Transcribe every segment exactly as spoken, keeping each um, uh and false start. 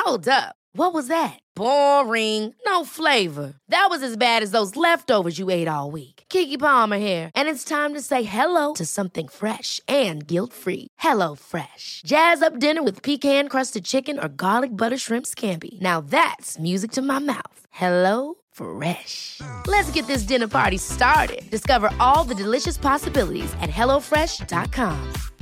Hold up. What was that? Boring. No flavor. That was as bad as those leftovers you ate all week. Keke Palmer here, and it's time to say hello to something fresh and guilt-free. Hello Fresh. Jazz up dinner with pecan-crusted chicken or garlic butter shrimp scampi. Now that's music to my mouth. Hello Fresh. Let's get this dinner party started. Discover all the delicious possibilities at hello fresh dot com.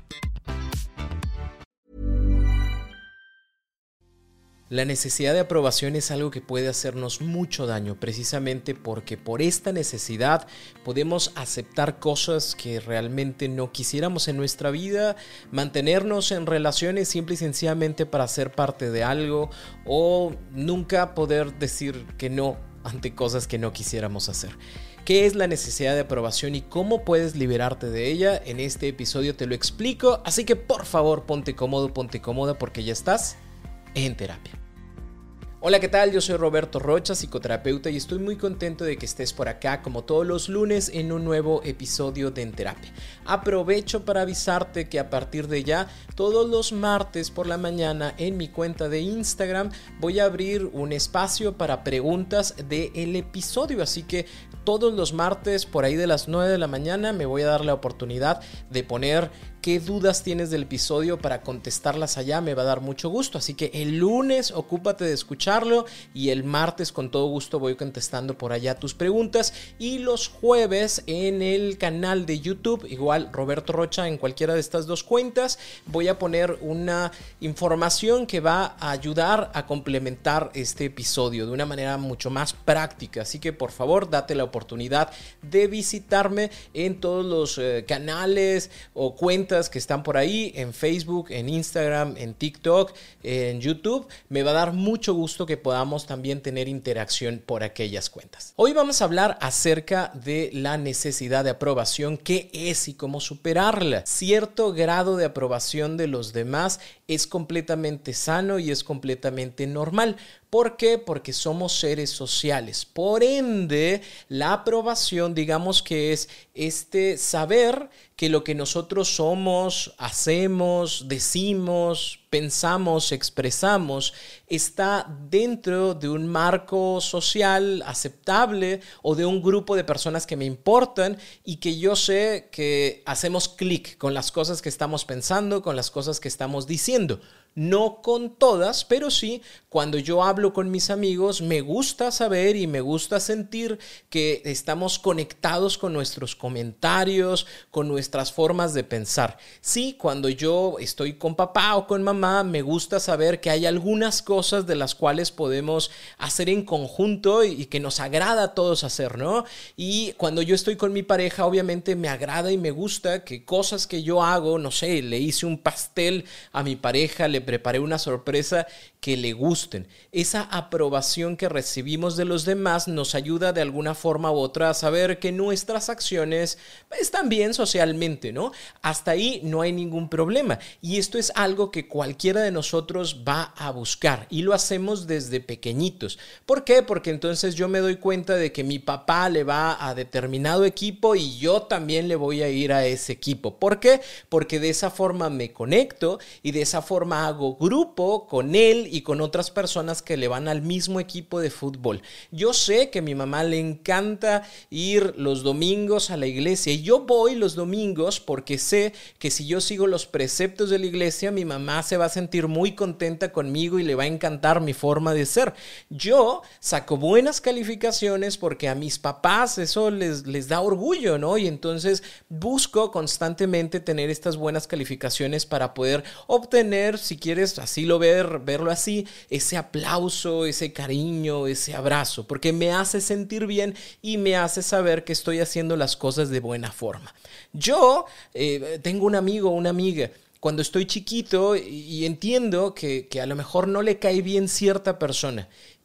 La necesidad de aprobación es algo que puede hacernos mucho daño, precisamente porque por esta necesidad podemos aceptar cosas que realmente no quisiéramos en nuestra vida, mantenernos en relaciones simple y sencillamente para ser parte de algo, o nunca poder decir que no ante cosas que no quisiéramos hacer. ¿Qué es la necesidad de aprobación y cómo puedes liberarte de ella? En este episodio te lo explico, así que por favor ponte cómodo, ponte cómoda porque ya estás en terapia. Hola, ¿qué tal? Yo soy Roberto Rocha, psicoterapeuta, y estoy muy contento de que estés por acá como todos los lunes en un nuevo episodio de En Terapia. Aprovecho para avisarte que a partir de ya, todos los martes por la mañana en mi cuenta de Instagram voy a abrir un espacio para preguntas del episodio, así que todos los martes por ahí de las nueve de la mañana me voy a dar la oportunidad de poner qué dudas tienes del episodio para contestarlas allá. Me va a dar mucho gusto, así que el lunes ocúpate de escucharlo y el martes con todo gusto voy contestando por allá tus preguntas, y los jueves en el canal de YouTube, igual Roberto Rocha en cualquiera de estas dos cuentas, voy a poner una información que va a ayudar a complementar este episodio de una manera mucho más práctica, así que por favor date la oportunidad de visitarme en todos los eh, canales o cuentas que están por ahí, en Facebook, en Instagram, en TikTok, en YouTube. Me va a dar mucho gusto que podamos también tener interacción por aquellas cuentas. Hoy vamos a hablar acerca de la necesidad de aprobación, qué es y cómo superarla. Cierto grado de aprobación de los demás es completamente sano y es completamente normal. ¿Por qué? Porque somos seres sociales. Por ende, la aprobación, digamos que es este saber que lo que nosotros somos, hacemos, decimos, pensamos, expresamos, está dentro de un marco social aceptable o de un grupo de personas que me importan y que yo sé que hacemos clic con las cosas que estamos pensando, con las cosas que estamos diciendo. No con todas, pero sí cuando yo hablo con mis amigos me gusta saber y me gusta sentir que estamos conectados con nuestros comentarios, con nuestras formas de pensar. Sí, cuando yo estoy con papá o con mamá me gusta saber que hay algunas cosas de las cuales podemos hacer en conjunto y que nos agrada a todos hacer, ¿no? Y cuando yo estoy con mi pareja obviamente me agrada y me gusta que cosas que yo hago, no sé, le hice un pastel a mi pareja, le preparé una sorpresa, que le gusten. Esa aprobación que recibimos de los demás nos ayuda de alguna forma u otra a saber que nuestras acciones están bien socialmente, ¿no? Hasta ahí no hay ningún problema. Y esto es algo que cualquiera de nosotros va a buscar y lo hacemos desde pequeñitos. ¿Por qué? Porque entonces yo me doy cuenta de que mi papá le va a determinado equipo y yo también le voy a ir a ese equipo. ¿Por qué? Porque de esa forma me conecto y de esa forma hago grupo con él y con otras personas que le van al mismo equipo de fútbol. Yo sé que a mi mamá le encanta ir los domingos a la iglesia y yo voy los domingos porque sé que si yo sigo los preceptos de la iglesia, mi mamá se va a sentir muy contenta conmigo y le va a encantar mi forma de ser. Yo saco buenas calificaciones porque a mis papás eso les, les da orgullo, ¿no? Y entonces busco constantemente tener estas buenas calificaciones para poder obtener, si quieres así lo ver, verlo así, ese aplauso, ese cariño, ese abrazo, porque me hace sentir bien y me hace saber que estoy haciendo las cosas de buena forma. Yo eh, tengo un amigo, una amiga, cuando estoy chiquito y, y entiendo que, que a lo mejor no le cae bien cierta persona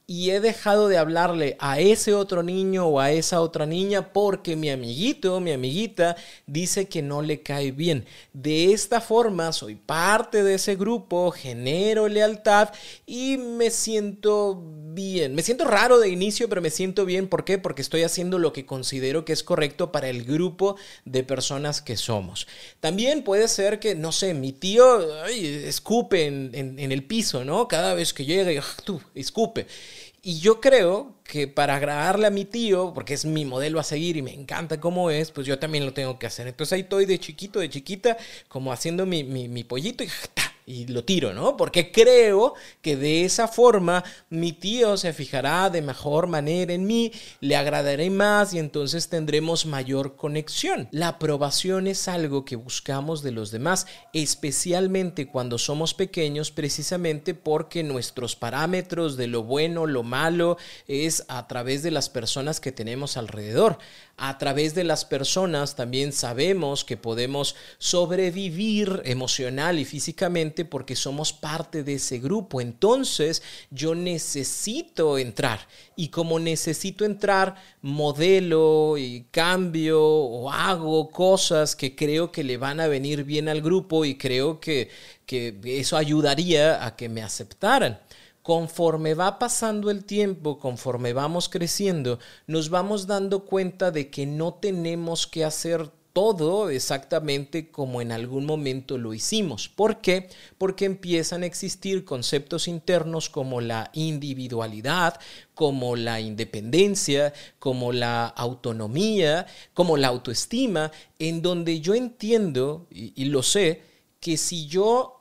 y he dejado de hablarle a ese otro niño o a esa otra niña porque mi amiguito o mi amiguita dice que no le cae bien. De esta forma soy parte de ese grupo, genero lealtad y me siento bien. Me siento raro de inicio, pero me siento bien. ¿Por qué? Porque estoy haciendo lo que considero que es correcto para el grupo de personas que somos. También puede ser que, no sé, mi tío ay, escupe en, en, en el piso, ¿no? Cada vez que llega, y, tú, escupe. Y yo creo que para agradarle a mi tío, porque es mi modelo a seguir y me encanta cómo es, pues yo también lo tengo que hacer. Entonces ahí estoy de chiquito, de chiquita, como haciendo mi, mi, mi pollito y ¡ta! Y lo tiro, ¿no? Porque creo que de esa forma mi tío se fijará de mejor manera en mí, le agradaré más y entonces tendremos mayor conexión. La aprobación es algo que buscamos de los demás, especialmente cuando somos pequeños, precisamente porque nuestros parámetros de lo bueno, lo malo, es a través de las personas que tenemos alrededor. A través de las personas también sabemos que podemos sobrevivir emocional y físicamente porque somos parte de ese grupo. Entonces yo necesito entrar y como necesito entrar, modelo y cambio o hago cosas que creo que le van a venir bien al grupo y creo que, que eso ayudaría a que me aceptaran. Conforme va pasando el tiempo, conforme vamos creciendo, nos vamos dando cuenta de que no tenemos que hacer todo exactamente como en algún momento lo hicimos. ¿Por qué? Porque empiezan a existir conceptos internos como la individualidad, como la independencia, como la autonomía, como la autoestima, en donde yo entiendo, y, y lo sé, que si yo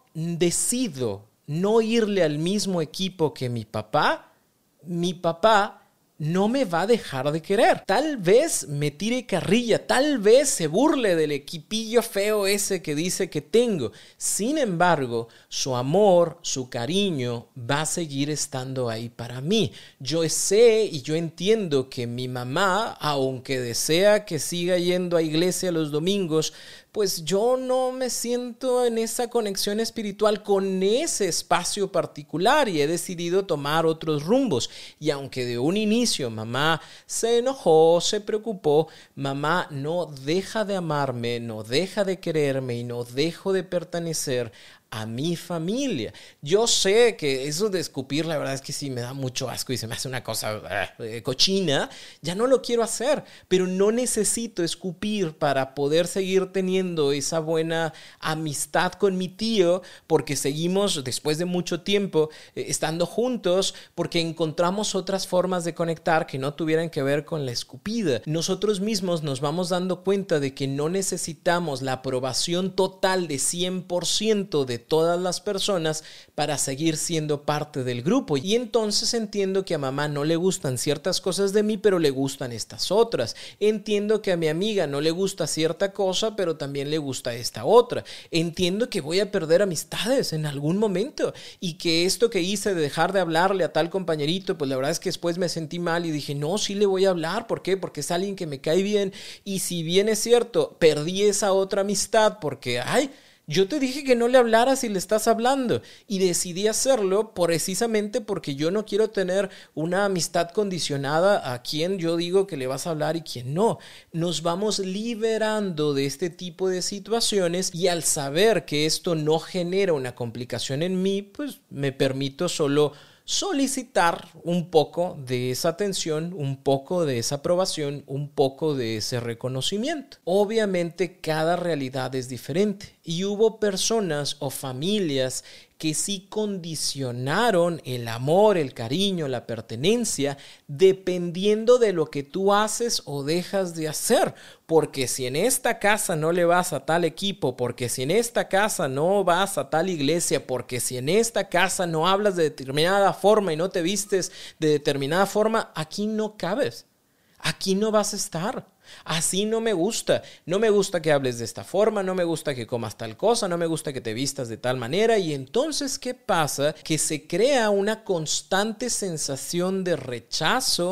decido no irle al mismo equipo que mi papá, mi papá no me va a dejar de querer. Tal vez me tire carrilla, tal vez se burle del equipillo feo ese que dice que tengo. Sin embargo, su amor, su cariño va a seguir estando ahí para mí. Yo sé y yo entiendo que mi mamá, aunque desea que siga yendo a iglesia los domingos, pues yo no me siento en esa conexión espiritual con ese espacio particular y he decidido tomar otros rumbos. Y aunque de un inicio mamá se enojó, se preocupó, mamá no deja de amarme, no deja de quererme y no dejo de pertenecer a mi familia. Yo sé que eso de escupir, la verdad es que sí me da mucho asco y se me hace una cosa eh, cochina. Ya no lo quiero hacer, pero no necesito escupir para poder seguir teniendo esa buena amistad con mi tío, porque seguimos después de mucho tiempo eh, estando juntos, porque encontramos otras formas de conectar que no tuvieran que ver con la escupida. Nosotros mismos nos vamos dando cuenta de que no necesitamos la aprobación total de cien por ciento de todas las personas para seguir siendo parte del grupo. Y entonces entiendo que a mamá no le gustan ciertas cosas de mí, pero le gustan estas otras. Entiendo que a mi amiga no le gusta cierta cosa, pero también le gusta esta otra. Entiendo que voy a perder amistades en algún momento y que esto que hice de dejar de hablarle a tal compañerito, pues la verdad es que después me sentí mal y dije, no, sí le voy a hablar. ¿Por qué? Porque es alguien que me cae bien. Y si bien es cierto, perdí esa otra amistad porque, ay, yo te dije que no le hablaras y le estás hablando y decidí hacerlo precisamente porque yo no quiero tener una amistad condicionada a quien yo digo que le vas a hablar y quien no. Nos vamos liberando de este tipo de situaciones y al saber que esto no genera una complicación en mí, pues me permito solo solicitar un poco de esa atención, un poco de esa aprobación, un poco de ese reconocimiento. Obviamente cada realidad es diferente y hubo personas o familias que sí condicionaron el amor, el cariño, la pertenencia, dependiendo de lo que tú haces o dejas de hacer. Porque si en esta casa no le vas a tal equipo, porque si en esta casa no vas a tal iglesia, porque si en esta casa no hablas de determinada forma y no te vistes de determinada forma, aquí no cabes. Aquí no vas a estar. Así no me gusta. No me gusta que hables de esta forma, no me gusta que comas tal cosa, no me gusta que te vistas de tal manera. Y entonces, ¿qué pasa? Que se crea una constante sensación de rechazo,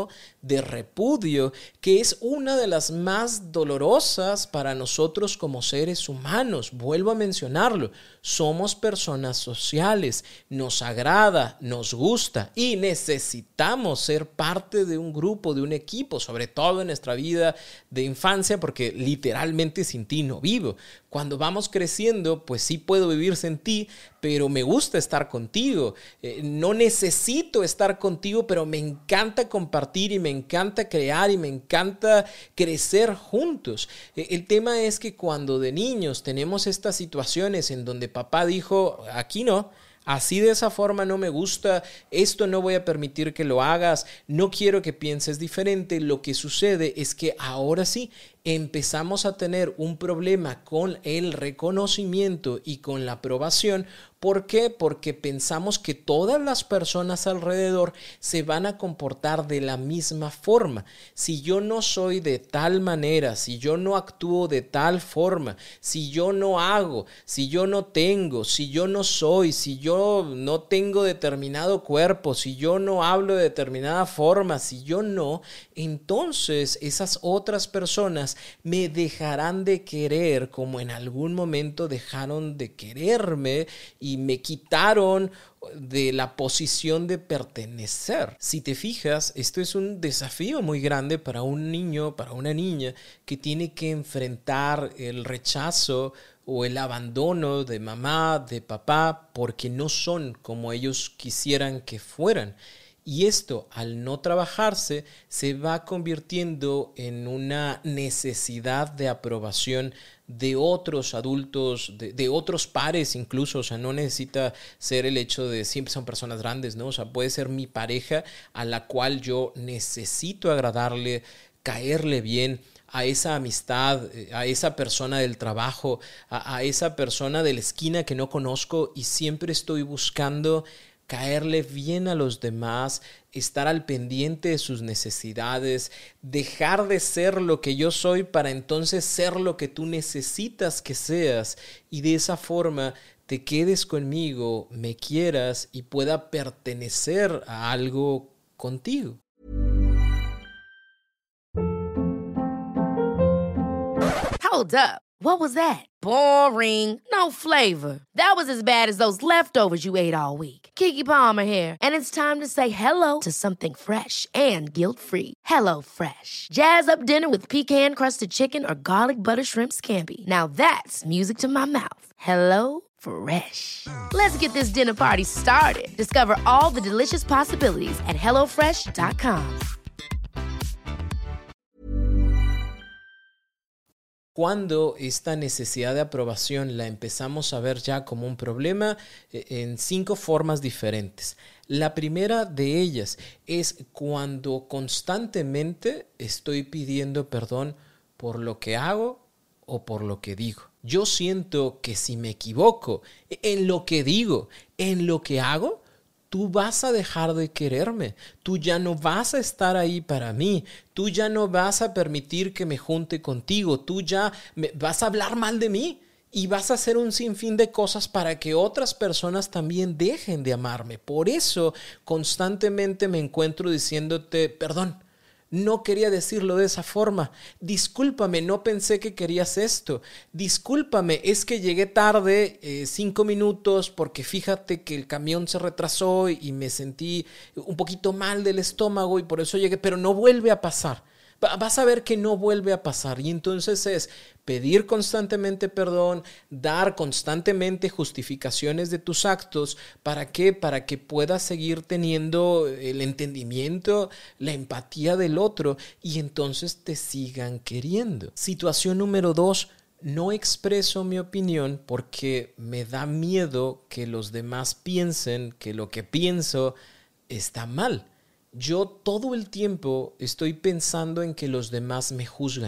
de repudio, que es una de las más dolorosas para nosotros como seres humanos. Vuelvo a mencionarlo, somos personas sociales, nos agrada, nos gusta y necesitamos ser parte de un grupo, de un equipo, sobre todo en nuestra vida de infancia, porque literalmente sin ti no vivo. Cuando vamos creciendo, pues sí puedo vivir sin ti, pero me gusta estar contigo. Eh, no necesito estar contigo, pero me encanta compartir y me encanta crear y me encanta crecer juntos. Eh, el tema es que cuando de niños tenemos estas situaciones en donde papá dijo, aquí no, así de esa forma no me gusta, esto no voy a permitir que lo hagas, no quiero que pienses diferente, lo que sucede es que ahora sí empezamos a tener un problema con el reconocimiento y con la aprobación. ¿Por qué? Porque pensamos que todas las personas alrededor se van a comportar de la misma forma. Si yo no soy de tal manera, si yo no actúo de tal forma, si yo no hago, si yo no tengo, si yo no soy, si yo no tengo determinado cuerpo, si yo no hablo de determinada forma, si yo no, entonces esas otras personas me dejarán de querer como en algún momento dejaron de quererme y me quitaron de la posición de pertenecer. Si te fijas, esto es un desafío muy grande para un niño, para una niña que tiene que enfrentar el rechazo o el abandono de mamá, de papá, porque no son como ellos quisieran que fueran. Y esto, al no trabajarse, se va convirtiendo en una necesidad de aprobación de otros adultos, de, de otros pares incluso. O sea, no necesita ser el hecho de siempre son personas grandes, ¿no? O sea, puede ser mi pareja a la cual yo necesito agradarle, caerle bien, a esa amistad, a esa persona del trabajo, a, a esa persona de la esquina que no conozco y siempre estoy buscando caerle bien a los demás, estar al pendiente de sus necesidades, dejar de ser lo que yo soy para entonces ser lo que tú necesitas que seas y de esa forma te quedes conmigo, me quieras y pueda pertenecer a algo contigo. Hold up. What was that? Boring. No flavor. That was as bad as those leftovers you ate all week. Keke Palmer here, and it's time to say hello to something fresh and guilt-free. Hello Fresh. Jazz up dinner with pecan-crusted chicken or garlic butter shrimp scampi. Now that's music to my mouth. Hello Fresh. Let's get this dinner party started. Discover all the delicious possibilities at hello fresh dot com. Cuando esta necesidad de aprobación la empezamos a ver ya como un problema en cinco formas diferentes. La primera de ellas es cuando constantemente estoy pidiendo perdón por lo que hago o por lo que digo. Yo siento que si me equivoco en lo que digo, en lo que hago, tú vas a dejar de quererme, tú ya no vas a estar ahí para mí, tú ya no vas a permitir que me junte contigo, tú ya me, vas a hablar mal de mí y vas a hacer un sinfín de cosas para que otras personas también dejen de amarme. Por eso constantemente me encuentro diciéndote perdón. No quería decirlo de esa forma. Discúlpame, no pensé que querías esto. Discúlpame, es que llegué tarde eh, cinco minutos porque fíjate que el camión se retrasó y me sentí un poquito mal del estómago y por eso llegué, pero no vuelve a pasar. Vas a ver que no vuelve a pasar y entonces es pedir constantemente perdón, dar constantemente justificaciones de tus actos. ¿Para qué? Para que puedas seguir teniendo el entendimiento, la empatía del otro y entonces te sigan queriendo. Situación número dos. No expreso mi opinión porque me da miedo que los demás piensen que lo que pienso está mal. Yo todo el tiempo estoy pensando en que los demás me juzgan,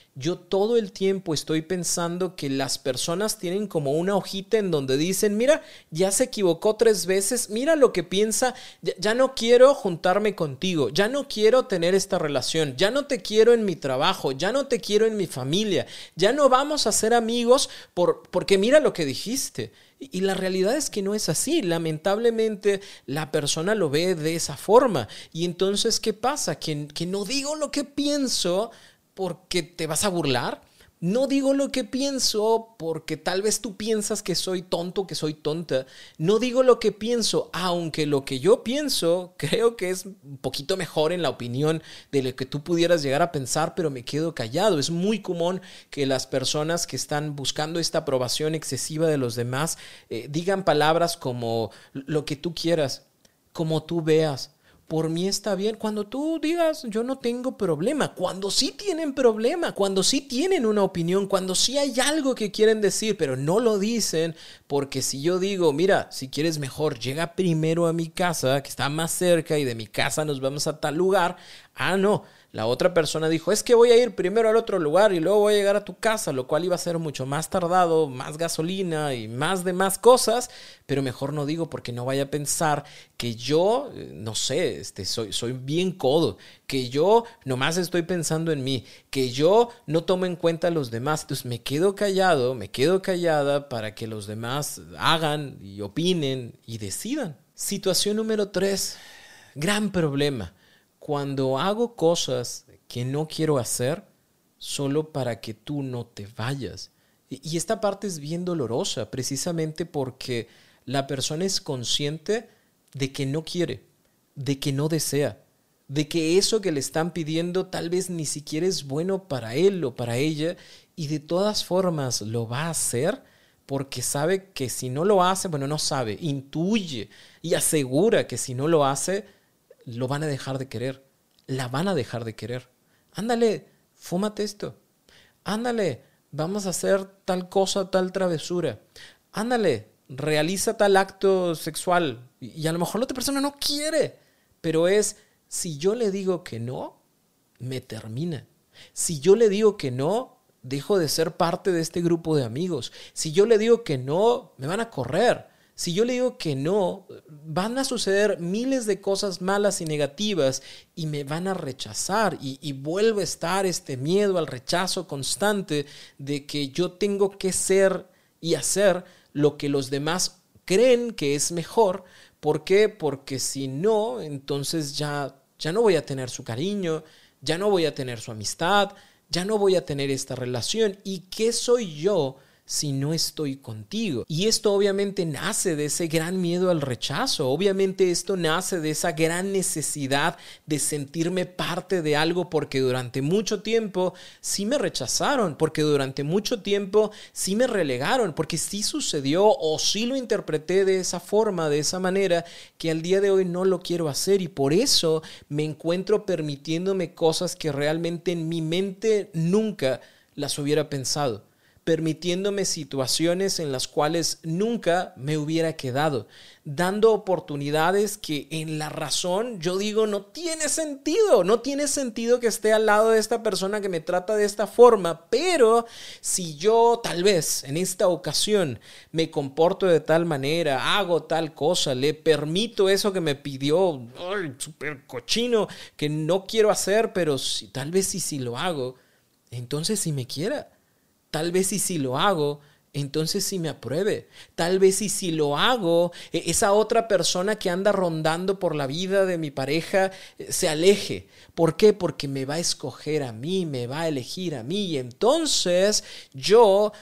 Yo todo el tiempo estoy pensando que las personas tienen como una hojita en donde dicen, mira, ya se equivocó tres veces, mira lo que piensa, ya, ya no quiero juntarme contigo, ya no quiero tener esta relación, ya no te quiero en mi trabajo, ya no te quiero en mi familia, ya no vamos a ser amigos por, porque mira lo que dijiste. Y, y la realidad es que no es así. Lamentablemente la persona lo ve de esa forma. Y entonces, ¿qué pasa? Que, que no digo lo que pienso porque te vas a burlar. No digo lo que pienso porque tal vez tú piensas que soy tonto, que soy tonta. No digo lo que pienso, aunque lo que yo pienso creo que es un poquito mejor en la opinión de lo que tú pudieras llegar a pensar, pero me quedo callado. Es muy común que las personas que están buscando esta aprobación excesiva de los demás eh, digan palabras como lo que tú quieras, como tú veas. Por mí está bien. Cuando tú digas, yo no tengo problema. Cuando sí tienen problema, cuando sí tienen una opinión, cuando sí hay algo que quieren decir, pero no lo dicen, porque si yo digo, mira, si quieres mejor, llega primero a mi casa, que está más cerca, y de mi casa nos vamos a tal lugar. Ah, no. La otra persona dijo, es que voy a ir primero al otro lugar y luego voy a llegar a tu casa, lo cual iba a ser mucho más tardado, más gasolina y más de más cosas, pero mejor no digo porque no vaya a pensar que yo, no sé, este, soy, soy bien codo, que yo nomás estoy pensando en mí, que yo no tomo en cuenta a los demás. Entonces me quedo callado, me quedo callada para que los demás hagan y opinen y decidan. Situación número tres, gran problema. Cuando hago cosas que no quiero hacer solo para que tú no te vayas. Y esta parte es bien dolorosa, precisamente porque la persona es consciente de que no quiere, de que no desea, de que eso que le están pidiendo tal vez ni siquiera es bueno para él o para ella, y de todas formas lo va a hacer porque sabe que si no lo hace, bueno, no sabe, intuye y asegura que si no lo hace, lo van a dejar de querer, la van a dejar de querer. Ándale, fúmate esto. Ándale, vamos a hacer tal cosa, tal travesura. Ándale, realiza tal acto sexual. Y a lo mejor la otra persona no quiere, pero es, si yo le digo que no, me termina. Si yo le digo que no, dejo de ser parte de este grupo de amigos. Si yo le digo que no, me van a correr. Si yo le digo que no, van a suceder miles de cosas malas y negativas y me van a rechazar. Y, y vuelve a estar este miedo al rechazo constante de que yo tengo que ser y hacer lo que los demás creen que es mejor. ¿Por qué? Porque si no, entonces ya, ya no voy a tener su cariño, ya no voy a tener su amistad, ya no voy a tener esta relación. ¿Y qué soy yo si no estoy contigo? Y esto obviamente nace de ese gran miedo al rechazo. Obviamente esto nace de esa gran necesidad de sentirme parte de algo, porque durante mucho tiempo sí me rechazaron, porque durante mucho tiempo sí me relegaron, porque sí sucedió o sí lo interpreté de esa forma, de esa manera, que al día de hoy no lo quiero hacer, y por eso me encuentro permitiéndome cosas que realmente en mi mente nunca las hubiera pensado, permitiéndome situaciones en las cuales nunca me hubiera quedado, dando oportunidades que en la razón yo digo no tiene sentido, no tiene sentido que esté al lado de esta persona que me trata de esta forma, pero si yo tal vez en esta ocasión me comporto de tal manera, hago tal cosa, le permito eso que me pidió, ay, súper cochino, que no quiero hacer, pero si, tal vez si, si lo hago, entonces si me quiera. Tal vez y si lo hago, entonces sí me apruebe. Tal vez y si lo hago, esa otra persona que anda rondando por la vida de mi pareja se aleje. ¿Por qué? Porque me va a escoger a mí, me va a elegir a mí. Y entonces yo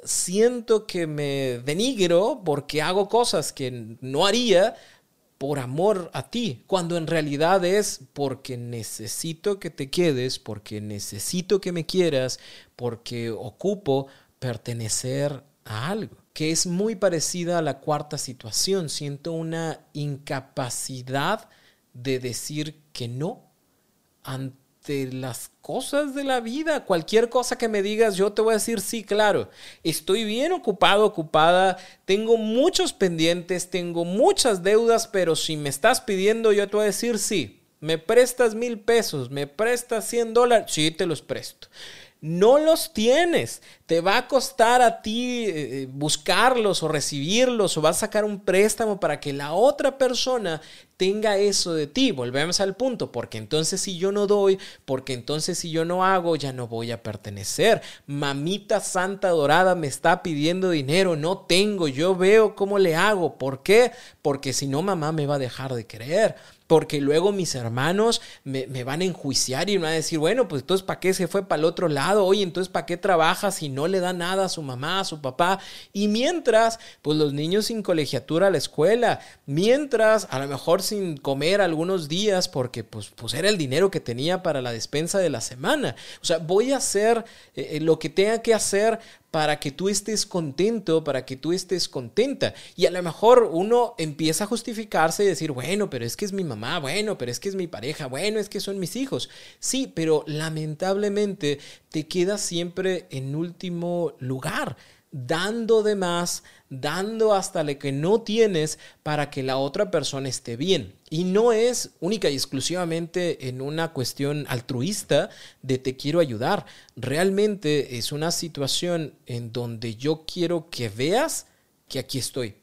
siento que me denigro porque hago cosas que no haría por amor a ti, cuando en realidad es porque necesito que te quedes, porque necesito que me quieras, porque ocupo pertenecer a algo, que es muy parecida a la cuarta situación. Siento una incapacidad de decir que no ante las cosas de la vida. Cualquier cosa que me digas, yo te voy a decir sí, claro. Estoy bien ocupado, ocupada, tengo muchos pendientes, tengo muchas deudas, pero si me estás pidiendo, yo te voy a decir sí. ¿Me prestas mil pesos? ¿Me prestas cien dólares? Sí, te los presto. no los tienes. Te va a costar a ti eh, buscarlos o recibirlos, o vas a sacar un préstamo para que la otra persona tenga eso de ti. Volvemos al punto, porque entonces si yo no doy, porque entonces si yo no hago, ya no voy a pertenecer. Mamita Santa Dorada me está pidiendo dinero, no tengo, yo veo cómo le hago. ¿Por qué? Porque si no, mamá me va a dejar de querer. Porque luego mis hermanos me, me van a enjuiciar y me van a decir, bueno, pues entonces ¿para qué se fue para el otro lado? Oye, entonces ¿para qué trabaja si no le da nada a su mamá, a su papá? Y mientras, pues los niños sin colegiatura a la escuela, mientras a lo mejor sin comer algunos días porque pues, pues era el dinero que tenía para la despensa de la semana. O sea, voy a hacer eh, lo que tenga que hacer para que tú estés contento, para que tú estés contenta. Y a lo mejor uno empieza a justificarse y decir, bueno, pero es que es mi mamá, bueno, pero es que es mi pareja, bueno, es que son mis hijos. Sí, pero lamentablemente te quedas siempre en último lugar, dando de más, dando hasta lo que no tienes para que la otra persona esté bien. Y no es única y exclusivamente en una cuestión altruista de te quiero ayudar. Realmente es una situación en donde yo quiero que veas que aquí estoy,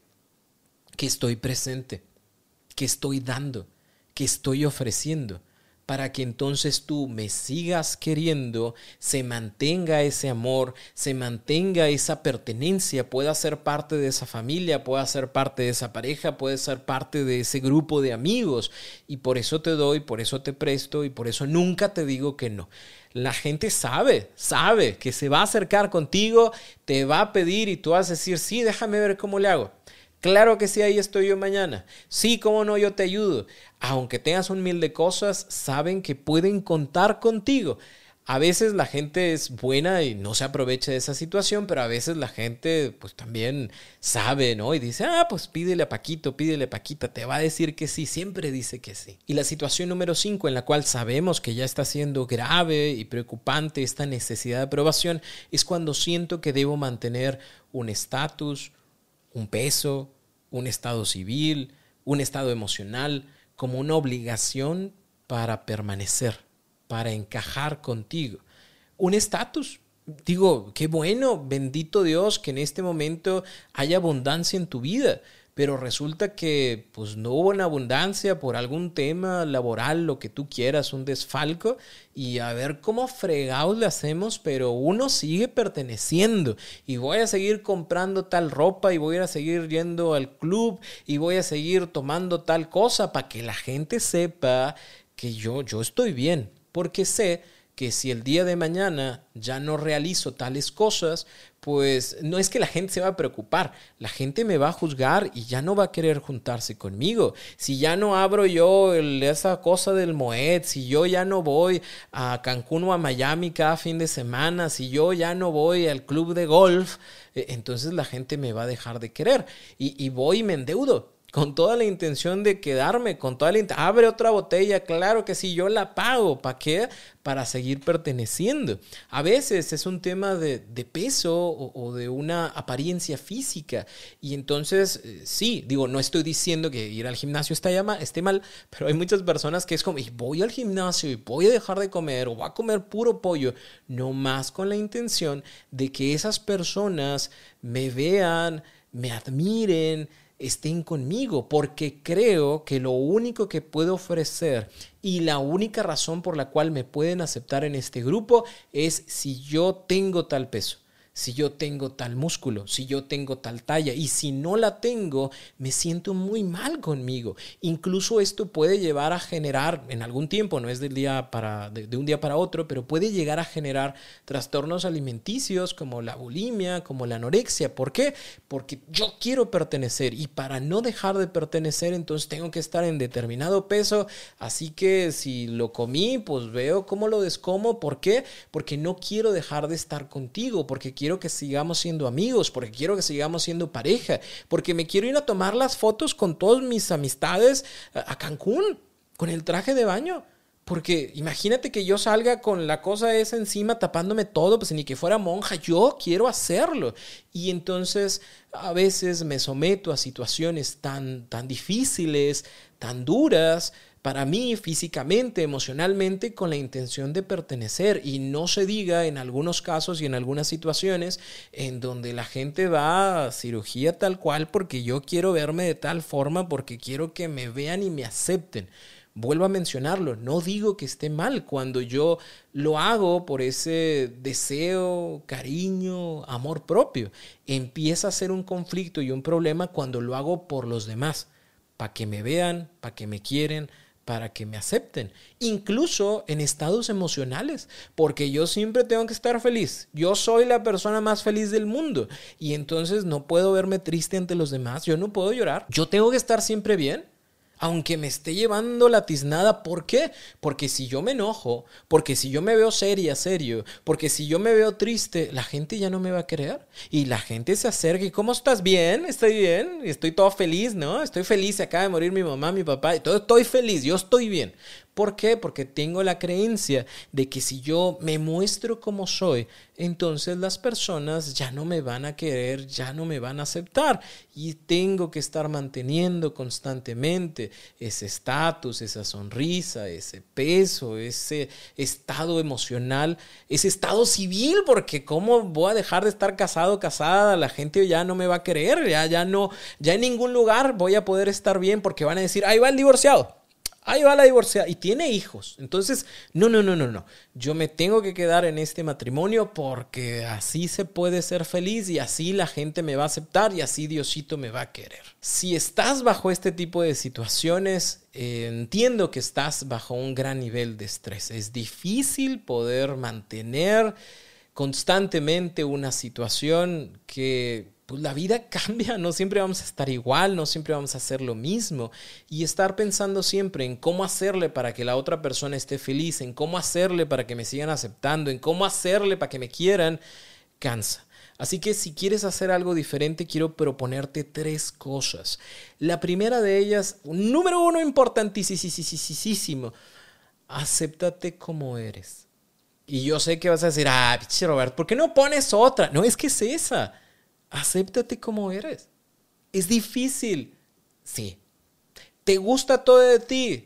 que estoy presente, que estoy dando, que estoy ofreciendo, para que entonces tú me sigas queriendo, se mantenga ese amor, se mantenga esa pertenencia, pueda ser parte de esa familia, pueda ser parte de esa pareja, puede ser parte de ese grupo de amigos. Y por eso te doy, por eso te presto y por eso nunca te digo que no. La gente sabe, sabe que se va a acercar contigo, te va a pedir y tú vas a decir, sí, déjame ver cómo le hago. Claro que sí, ahí estoy yo mañana. Sí, cómo no, yo te ayudo. Aunque tengas un mil de cosas, saben que pueden contar contigo. A veces la gente es buena y no se aprovecha de esa situación, pero a veces la gente pues también sabe, ¿no? Y dice, ah, pues pídele a Paquito, pídele a Paquita, te va a decir que sí, siempre dice que sí. Y la situación número cinco, en la cual sabemos que ya está siendo grave y preocupante esta necesidad de aprobación, es cuando siento que debo mantener un estatus, un peso, un estado civil, un estado emocional, como una obligación para permanecer, para encajar contigo. Un estatus. Digo, qué bueno, bendito Dios, que en este momento haya abundancia en tu vida. Pero resulta que pues no hubo una abundancia por algún tema laboral, lo que tú quieras, un desfalco, y a ver cómo fregados le hacemos, pero uno sigue perteneciendo y voy a seguir comprando tal ropa y voy a seguir yendo al club y voy a seguir tomando tal cosa para que la gente sepa que yo, yo estoy bien, porque sé que si el día de mañana ya no realizo tales cosas, pues no es que la gente se va a preocupar, la gente me va a juzgar y ya no va a querer juntarse conmigo. Si ya no abro yo el, esa cosa del Moet, si yo ya no voy a Cancún o a Miami cada fin de semana, si yo ya no voy al club de golf, eh, entonces la gente me va a dejar de querer y, y voy y me endeudo. Con toda la intención de quedarme, con toda la intención, abre otra botella, claro que sí, yo la pago. ¿Para qué? Para seguir perteneciendo. A veces es un tema de, de peso o, o de una apariencia física. Y entonces, eh, sí, digo, no estoy diciendo que ir al gimnasio está llama, esté mal, pero hay muchas personas que es como, voy al gimnasio y voy a dejar de comer o voy a comer puro pollo. No más con la intención de que esas personas me vean, me admiren, estén conmigo, porque creo que lo único que puedo ofrecer y la única razón por la cual me pueden aceptar en este grupo es si yo tengo tal peso, si yo tengo tal músculo, si yo tengo tal talla, y si no la tengo, me siento muy mal conmigo. Incluso esto puede llevar a generar, en algún tiempo, no es del día para, de, de un día para otro, pero puede llegar a generar trastornos alimenticios como la bulimia, como la anorexia. ¿Por qué? Porque yo quiero pertenecer y para no dejar de pertenecer, entonces tengo que estar en determinado peso, así que si lo comí, pues veo cómo lo descomo. ¿Por qué? Porque no quiero dejar de estar contigo, porque quiero que sigamos siendo amigos, porque quiero que sigamos siendo pareja, porque me quiero ir a tomar las fotos con todas mis amistades a Cancún, con el traje de baño. Porque imagínate que yo salga con la cosa esa encima tapándome todo, pues ni que fuera monja, yo quiero hacerlo. Y entonces a veces me someto a situaciones tan, tan difíciles, tan duras, para mí, físicamente, emocionalmente, con la intención de pertenecer. Y no se diga en algunos casos y en algunas situaciones en donde la gente va a cirugía tal cual porque yo quiero verme de tal forma, porque quiero que me vean y me acepten. Vuelvo a mencionarlo, no digo que esté mal cuando yo lo hago por ese deseo, cariño, amor propio. Empieza a ser un conflicto y un problema cuando lo hago por los demás, para que me vean, para que me quieren, para que me acepten, incluso en estados emocionales, porque yo siempre tengo que estar feliz. Yo soy la persona más feliz del mundo y entonces no puedo verme triste ante los demás, yo no puedo llorar, yo tengo que estar siempre bien. Aunque me esté llevando la tiznada, ¿por qué? Porque si yo me enojo, porque si yo me veo seria, serio, porque si yo me veo triste, la gente ya no me va a querer. Y la gente se acerca y ¿cómo estás? Bien, estoy bien, estoy todo feliz, ¿no? Estoy feliz, se acaba de morir mi mamá, mi papá, y todo, estoy feliz, yo estoy bien. ¿Por qué? Porque tengo la creencia de que si yo me muestro como soy, entonces las personas ya no me van a querer, ya no me van a aceptar. Y tengo que estar manteniendo constantemente ese estatus, esa sonrisa, ese peso, ese estado emocional, ese estado civil, porque ¿cómo voy a dejar de estar casado, casada? La gente ya no me va a querer, ya, ya no, ya en ningún lugar voy a poder estar bien porque van a decir, ahí va el divorciado. Ahí va la divorciada y tiene hijos. Entonces, no, no, no, no, no. Yo me tengo que quedar en este matrimonio porque así se puede ser feliz y así la gente me va a aceptar y así Diosito me va a querer. Si estás bajo este tipo de situaciones, eh, entiendo que estás bajo un gran nivel de estrés. Es difícil poder mantener constantemente una situación que pues la vida cambia, no siempre vamos a estar igual, no siempre vamos a hacer lo mismo y estar pensando siempre en cómo hacerle para que la otra persona esté feliz, en cómo hacerle para que me sigan aceptando, en cómo hacerle para que me quieran, cansa. Así que si quieres hacer algo diferente, quiero proponerte tres cosas. La primera de ellas, número uno, importantísimo, acéptate como eres. Y yo sé que vas a decir, ah, piche Roberto, ¿por qué no pones otra? No, es que es esa. Acéptate como eres. ¿Es difícil? Sí. ¿Te gusta todo de ti?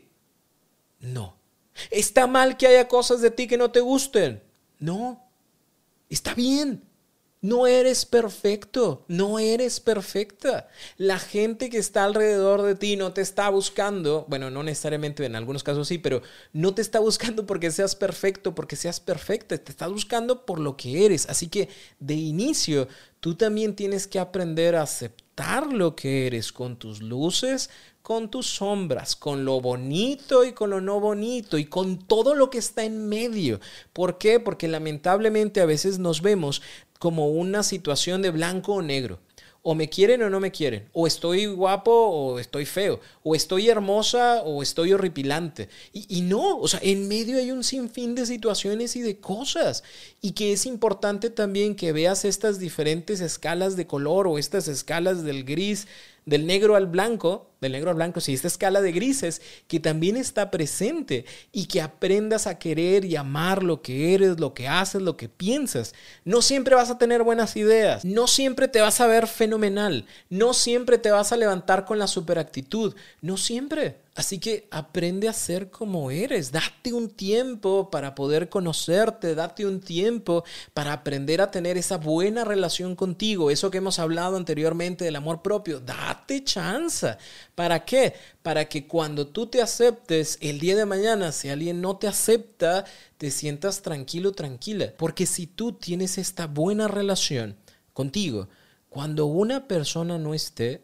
No. ¿Está mal que haya cosas de ti que no te gusten? No. Está bien. No eres perfecto, no eres perfecta. La gente que está alrededor de ti no te está buscando, bueno, no necesariamente en algunos casos sí, pero no te está buscando porque seas perfecto, porque seas perfecta, te está buscando por lo que eres. Así que de inicio, tú también tienes que aprender a aceptar lo que eres con tus luces, con tus sombras, con lo bonito y con lo no bonito y con todo lo que está en medio. ¿Por qué? Porque lamentablemente a veces nos vemos como una situación de blanco o negro. O me quieren o no me quieren. O estoy guapo o estoy feo. O estoy hermosa o estoy horripilante. Y, y no, o sea, en medio hay un sinfín de situaciones y de cosas. Y que es importante también que veas estas diferentes escalas de color o estas escalas del gris, del negro al blanco, del negro al blanco, sí, esta escala de grises que también está presente y que aprendas a querer y amar lo que eres, lo que haces, lo que piensas. No siempre vas a tener buenas ideas, no siempre te vas a ver fenomenal, no siempre te vas a levantar con la superactitud, no siempre. Así que aprende a ser como eres, date un tiempo para poder conocerte, date un tiempo para aprender a tener esa buena relación contigo, eso que hemos hablado anteriormente del amor propio, date chance. ¿Para qué? Para que cuando tú te aceptes el día de mañana, si alguien no te acepta, te sientas tranquilo, tranquila. Porque si tú tienes esta buena relación contigo, cuando una persona no esté,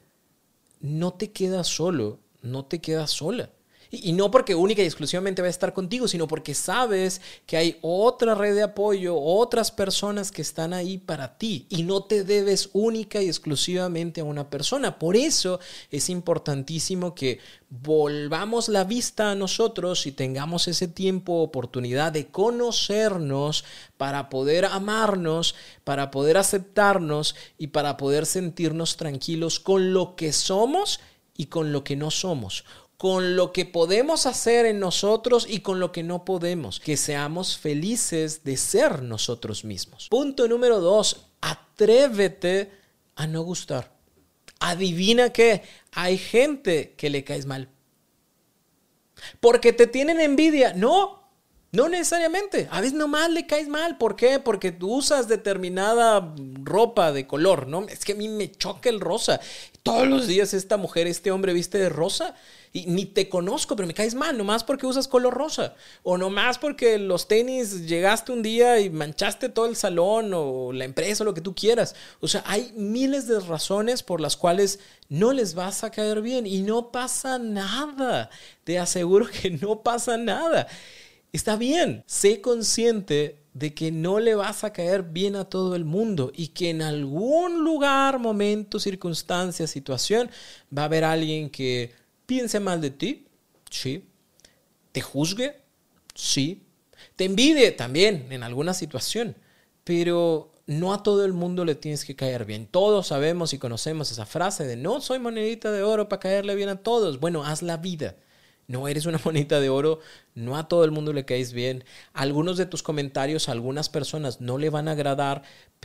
no te quedas solo, no te quedas sola. Y, y no porque única y exclusivamente va a estar contigo, sino porque sabes que hay otra red de apoyo, otras personas que están ahí para ti y no te debes única y exclusivamente a una persona. Por eso es importantísimo que volvamos la vista a nosotros y tengamos ese tiempo, oportunidad de conocernos para poder amarnos, para poder aceptarnos y para poder sentirnos tranquilos con lo que somos y con lo que no somos, con lo que podemos hacer en nosotros y con lo que no podemos, que seamos felices de ser nosotros mismos. Punto número dos, atrévete a no gustar. Adivina qué, hay gente que le caes mal. Porque te tienen envidia. No, no necesariamente. A veces nomás le caes mal. ¿Por qué? Porque tú usas determinada ropa de color, ¿no? Es que a mí me choca el rosa. Todos los días esta mujer, este hombre viste de rosa y ni te conozco, pero me caes mal, nomás porque usas color rosa. O nomás porque los tenis llegaste un día y manchaste todo el salón o la empresa o lo que tú quieras. O sea, hay miles de razones por las cuales no les vas a caer bien y no pasa nada. Te aseguro que no pasa nada. Está bien, sé consciente de que no le vas a caer bien a todo el mundo y que en algún lugar, momento, circunstancia, situación, va a haber alguien que piense mal de ti, sí. Te juzgue, sí. Te envidie también en alguna situación, pero no a todo el mundo le tienes que caer bien. Todos sabemos y conocemos esa frase de no soy monedita de oro para caerle bien a todos. Bueno, haz la vida. No eres una monedita de oro, no a todo el mundo le caes bien. Algunos de tus comentarios a algunas personas no le van a agradar,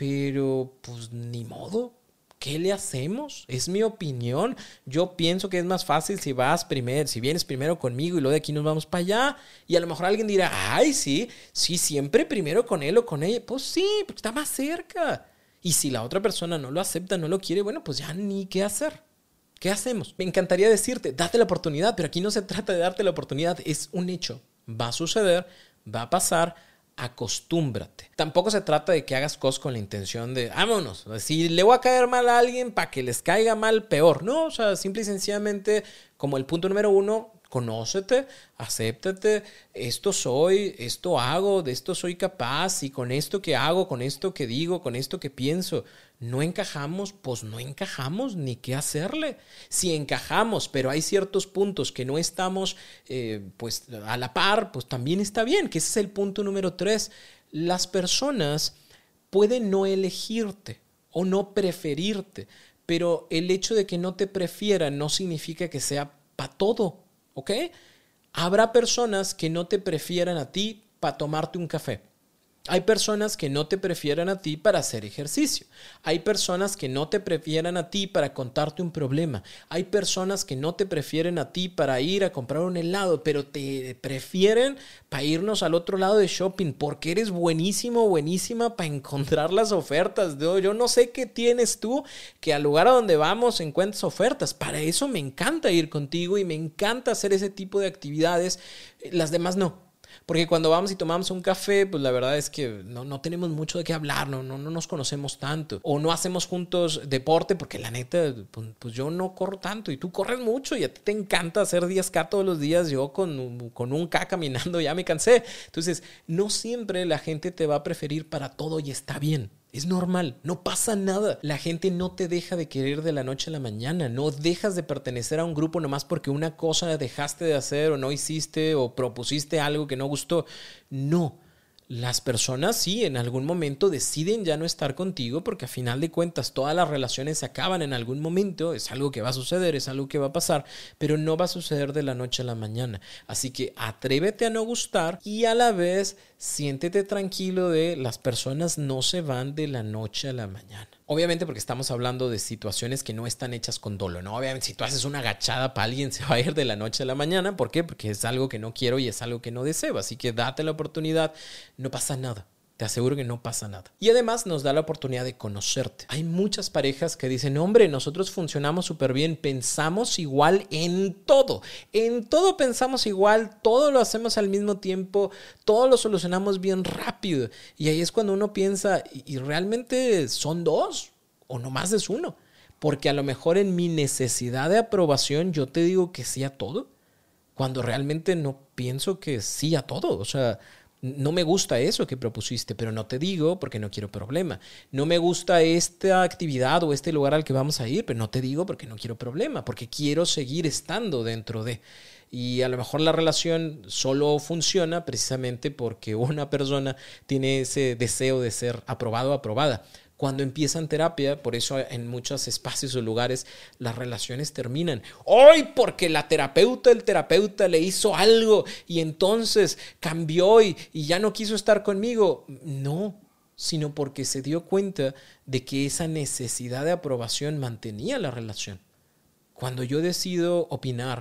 pero pues ni modo. ¿Qué le hacemos? Es mi opinión. Yo pienso que es más fácil si vas primero, si vienes primero conmigo y luego de aquí nos vamos para allá. Y a lo mejor alguien dirá, ay, sí, sí, siempre primero con él o con ella. Pues sí, porque está más cerca. Y si la otra persona no lo acepta, no lo quiere, bueno, pues ya ni qué hacer. ¿Qué hacemos? Me encantaría decirte, date la oportunidad, pero aquí no se trata de darte la oportunidad, es un hecho. Va a suceder, va a pasar, acostúmbrate. Tampoco se trata de que hagas cosas con la intención de, vámonos, si le voy a caer mal a alguien para que les caiga mal, peor. No, o sea, simple y sencillamente, como el punto número uno, conócete, acéptate, esto soy, esto hago, de esto soy capaz y con esto que hago, con esto que digo, con esto que pienso, no encajamos, pues no encajamos ni qué hacerle. Si encajamos, pero hay ciertos puntos que no estamos eh, pues a la par, pues también está bien, que ese es el punto número tres. Las personas pueden no elegirte o no preferirte, pero el hecho de que no te prefieran no significa que sea para todo. ¿Ok? Habrá personas que no te prefieran a ti para tomarte un café. Hay personas que no te prefieran a ti para hacer ejercicio. Hay personas que no te prefieran a ti para contarte un problema. Hay personas que no te prefieren a ti para ir a comprar un helado, pero te prefieren para irnos al otro lado de shopping porque eres buenísimo, buenísima para encontrar las ofertas. Yo, yo no sé qué tienes tú que al lugar a donde vamos encuentres ofertas. Para eso me encanta ir contigo y me encanta hacer ese tipo de actividades. Las demás no. Porque cuando vamos y tomamos un café, pues la verdad es que no, no tenemos mucho de qué hablar, no, no, no nos conocemos tanto. O no hacemos juntos deporte, porque la neta, pues, pues yo no corro tanto y tú corres mucho y a ti te encanta hacer diez K todos los días. Yo con, con un K caminando ya me cansé. Entonces, no siempre la gente te va a preferir para todo y está bien. Es normal, no pasa nada. La gente no te deja de querer de la noche a la mañana. No dejas de pertenecer a un grupo nomás porque una cosa dejaste de hacer o no hiciste o propusiste algo que no gustó. No. Las personas sí, en algún momento deciden ya no estar contigo porque a final de cuentas todas las relaciones se acaban en algún momento. Es algo que va a suceder, es algo que va a pasar, pero no va a suceder de la noche a la mañana. Así que atrévete a no gustar y a la vez siéntete tranquilo de las personas no se van de la noche a la mañana. Obviamente porque estamos hablando de situaciones que no están hechas con dolo, ¿no? Obviamente si tú haces una agachada para alguien se va a ir de la noche a la mañana. ¿Por qué? Porque es algo que no quiero y es algo que no deseo. Así que date la oportunidad. No pasa nada. Te aseguro que no pasa nada. Y además nos da la oportunidad de conocerte. Hay muchas parejas que dicen, hombre, nosotros funcionamos súper bien, pensamos igual en todo. En todo pensamos igual, todo lo hacemos al mismo tiempo, todo lo solucionamos bien rápido. Y ahí es cuando uno piensa, ¿y realmente son dos o no más es uno? Porque a lo mejor en mi necesidad de aprobación yo te digo que sí a todo, cuando realmente no pienso que sí a todo. O sea, no me gusta eso que propusiste, pero no te digo porque no quiero problema. No me gusta esta actividad o este lugar al que vamos a ir, pero no te digo porque no quiero problema, porque quiero seguir estando dentro de. Y a lo mejor la relación solo funciona precisamente porque una persona tiene ese deseo de ser aprobado o aprobada. Cuando empiezan terapia, por eso en muchos espacios o lugares las relaciones terminan. ¡Ay! Porque la terapeuta, el terapeuta le hizo algo y entonces cambió y, y ya no quiso estar conmigo. No, sino porque se dio cuenta de que esa necesidad de aprobación mantenía la relación. Cuando yo decido opinar,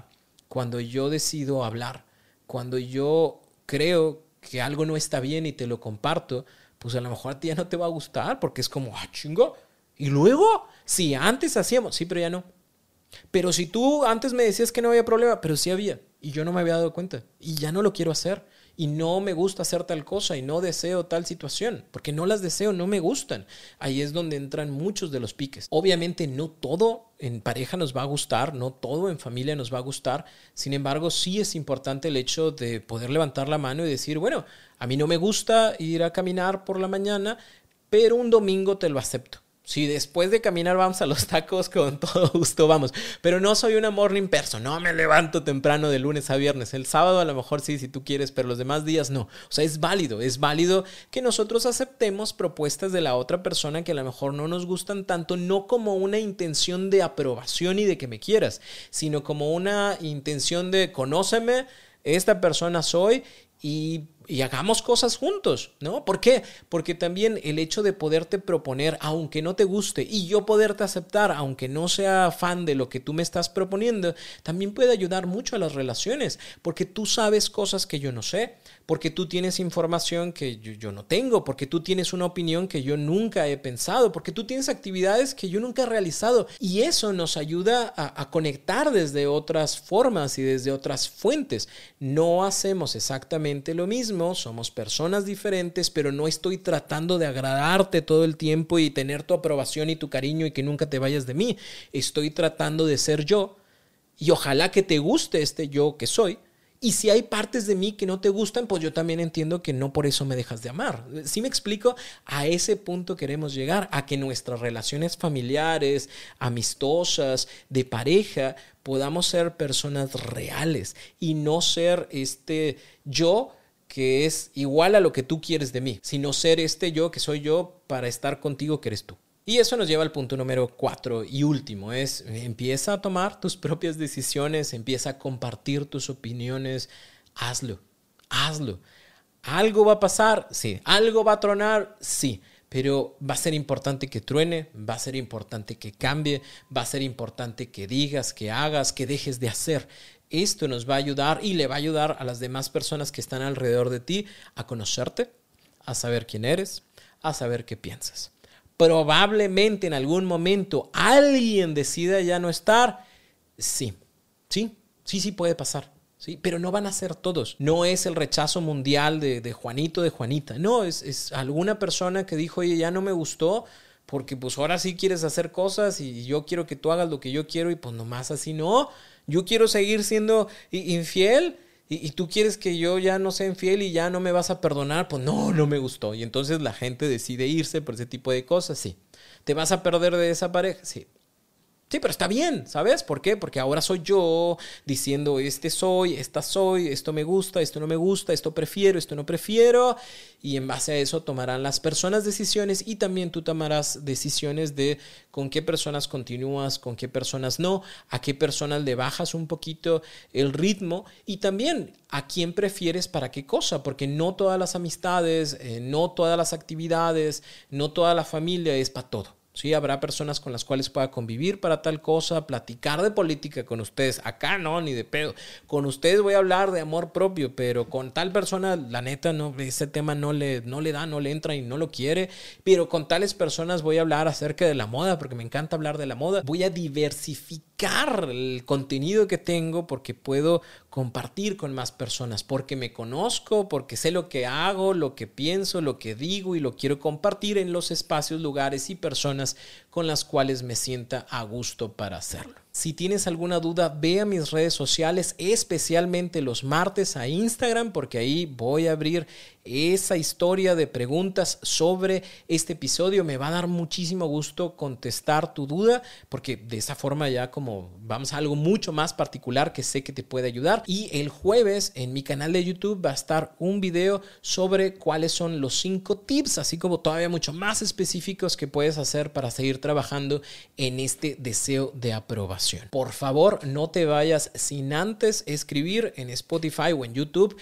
cuando yo decido hablar, cuando yo creo que algo no está bien y te lo comparto, pues a lo mejor a ti ya no te va a gustar porque es como, ah, chingo. Y luego, sí, antes hacíamos, sí, pero ya no. Pero si tú antes me decías que no había problema, pero sí había, y yo no me había dado cuenta, y ya no lo quiero hacer, y no me gusta hacer tal cosa, y no deseo tal situación, porque no las deseo, no me gustan. Ahí es donde entran muchos de los piques. Obviamente no todo en pareja nos va a gustar, no todo en familia nos va a gustar, sin embargo sí es importante el hecho de poder levantar la mano y decir, bueno, a mí no me gusta ir a caminar por la mañana, pero un domingo te lo acepto. Si después de caminar vamos a los tacos, con todo gusto vamos. Pero no soy una morning person, no me levanto temprano de lunes a viernes. El sábado a lo mejor sí, si tú quieres, pero los demás días no. O sea, es válido, es válido que nosotros aceptemos propuestas de la otra persona que a lo mejor no nos gustan tanto, no como una intención de aprobación y de que me quieras, sino como una intención de conóceme, esta persona soy y... y hagamos cosas juntos, ¿no? ¿Por qué? Porque también el hecho de poderte proponer, aunque no te guste, y yo poderte aceptar, aunque no sea fan de lo que tú me estás proponiendo, también puede ayudar mucho a las relaciones, porque tú sabes cosas que yo no sé, porque tú tienes información que yo, yo no tengo, porque tú tienes una opinión que yo nunca he pensado, porque tú tienes actividades que yo nunca he realizado, y eso nos ayuda a, a conectar desde otras formas y desde otras fuentes. No hacemos exactamente lo mismo, somos personas diferentes, pero no estoy tratando de agradarte todo el tiempo y tener tu aprobación y tu cariño y que nunca te vayas de mí. Estoy tratando de ser yo y ojalá que te guste este yo que soy. Y si hay partes de mí que no te gustan, pues yo también entiendo que no por eso me dejas de amar. ¿Sí me explico? A ese punto queremos llegar, a que nuestras relaciones familiares, amistosas, de pareja, podamos ser personas reales y no ser este yo que es igual a lo que tú quieres de mí, sino ser este yo que soy yo para estar contigo que eres tú. Y eso nos lleva al punto número cuatro y último, es empieza a tomar tus propias decisiones, empieza a compartir tus opiniones, hazlo, hazlo. ¿Algo va a pasar? Sí. ¿Algo va a tronar? Sí. Pero va a ser importante que truene, va a ser importante que cambie, va a ser importante que digas, que hagas, que dejes de hacer. Esto nos va a ayudar y le va a ayudar a las demás personas que están alrededor de ti a conocerte, a saber quién eres, a saber qué piensas. Probablemente en algún momento alguien decida ya no estar. Sí, sí, sí, sí puede pasar. Sí, pero no van a ser todos. No es el rechazo mundial de, de Juanito, de Juanita. No, es, es alguna persona que dijo, oye, ya no me gustó porque pues ahora sí quieres hacer cosas y yo quiero que tú hagas lo que yo quiero y pues nomás así no. Yo quiero seguir siendo infiel y, y tú quieres que yo ya no sea infiel y ya no me vas a perdonar. Pues no, no me gustó. Y entonces la gente decide irse por ese tipo de cosas. Sí. ¿Te vas a perder de esa pareja? Sí. Sí, pero está bien, ¿sabes? ¿Por qué? Porque ahora soy yo diciendo este soy, esta soy, esto me gusta, esto no me gusta, esto prefiero, esto no prefiero. Y en base a eso tomarán las personas decisiones y también tú tomarás decisiones de con qué personas continúas, con qué personas no, a qué personas le bajas un poquito el ritmo y también a quién prefieres para qué cosa, porque no todas las amistades, eh, no todas las actividades, no toda la familia es para todo. Sí, habrá personas con las cuales pueda convivir para tal cosa, platicar de política con ustedes. Acá no, ni de pedo. Con ustedes voy a hablar de amor propio, pero con tal persona, la neta, no, ese tema no le, no le da, no le entra y no lo quiere. Pero con tales personas voy a hablar acerca de la moda, porque me encanta hablar de la moda. Voy a diversificar el contenido que tengo porque puedo compartir con más personas, porque me conozco, porque sé lo que hago, lo que pienso, lo que digo y lo quiero compartir en los espacios, lugares y personas con las cuales me sienta a gusto para hacerlo. Si tienes alguna duda, ve a mis redes sociales, especialmente los martes a Instagram, porque ahí voy a abrir esa historia de preguntas sobre este episodio. Me va a dar muchísimo gusto contestar tu duda, porque de esa forma ya como vamos a algo mucho más particular que sé que te puede ayudar. Y el jueves en mi canal de YouTube va a estar un video sobre cuáles son los cinco tips, así como todavía mucho más específicos que puedes hacer para seguir trabajando en este deseo de aprobación. Por favor, no te vayas sin antes escribir en Spotify o en YouTube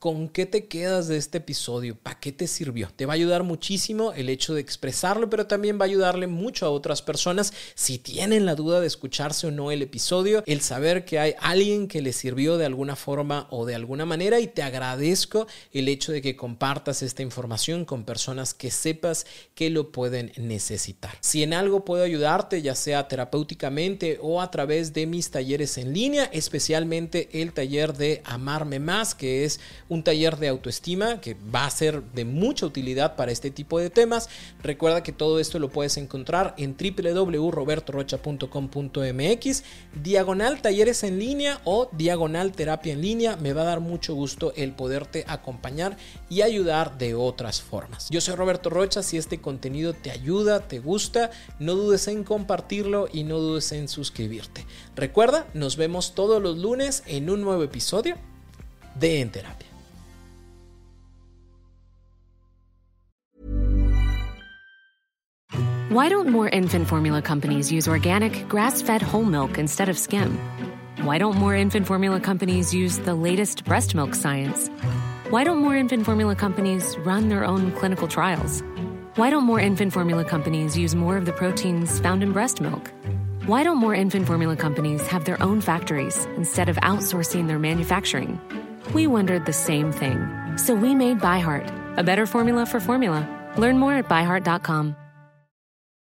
¿con qué te quedas de este episodio? ¿Para qué te sirvió? Te va a ayudar muchísimo el hecho de expresarlo, pero también va a ayudarle mucho a otras personas si tienen la duda de escucharse o no el episodio, el saber que hay alguien que le sirvió de alguna forma o de alguna manera, y te agradezco el hecho de que compartas esta información con personas que sepas que lo pueden necesitar. Si en algo puedo ayudarte, ya sea terapéuticamente o a través de mis talleres en línea, especialmente el taller de Amarme Más, que es un taller de autoestima que va a ser de mucha utilidad para este tipo de temas. Recuerda que todo esto lo puedes encontrar en w w w punto roberto rocha punto com punto m x, diagonal talleres en línea o diagonal terapia en línea. Me va a dar mucho gusto el poderte acompañar y ayudar de otras formas. Yo soy Roberto Rocha. Si este contenido te ayuda, te gusta, no dudes en compartirlo y no dudes en suscribirte. Recuerda, nos vemos todos los lunes en un nuevo episodio de En Terapia. Why don't more infant formula companies use organic, grass-fed whole milk instead of skim? Why don't more infant formula companies use the latest breast milk science? Why don't more infant formula companies run their own clinical trials? Why don't more infant formula companies use more of the proteins found in breast milk? Why don't more infant formula companies have their own factories instead of outsourcing their manufacturing? We wondered the same thing. So we made ByHeart, a better formula for formula. Learn more at by heart dot com.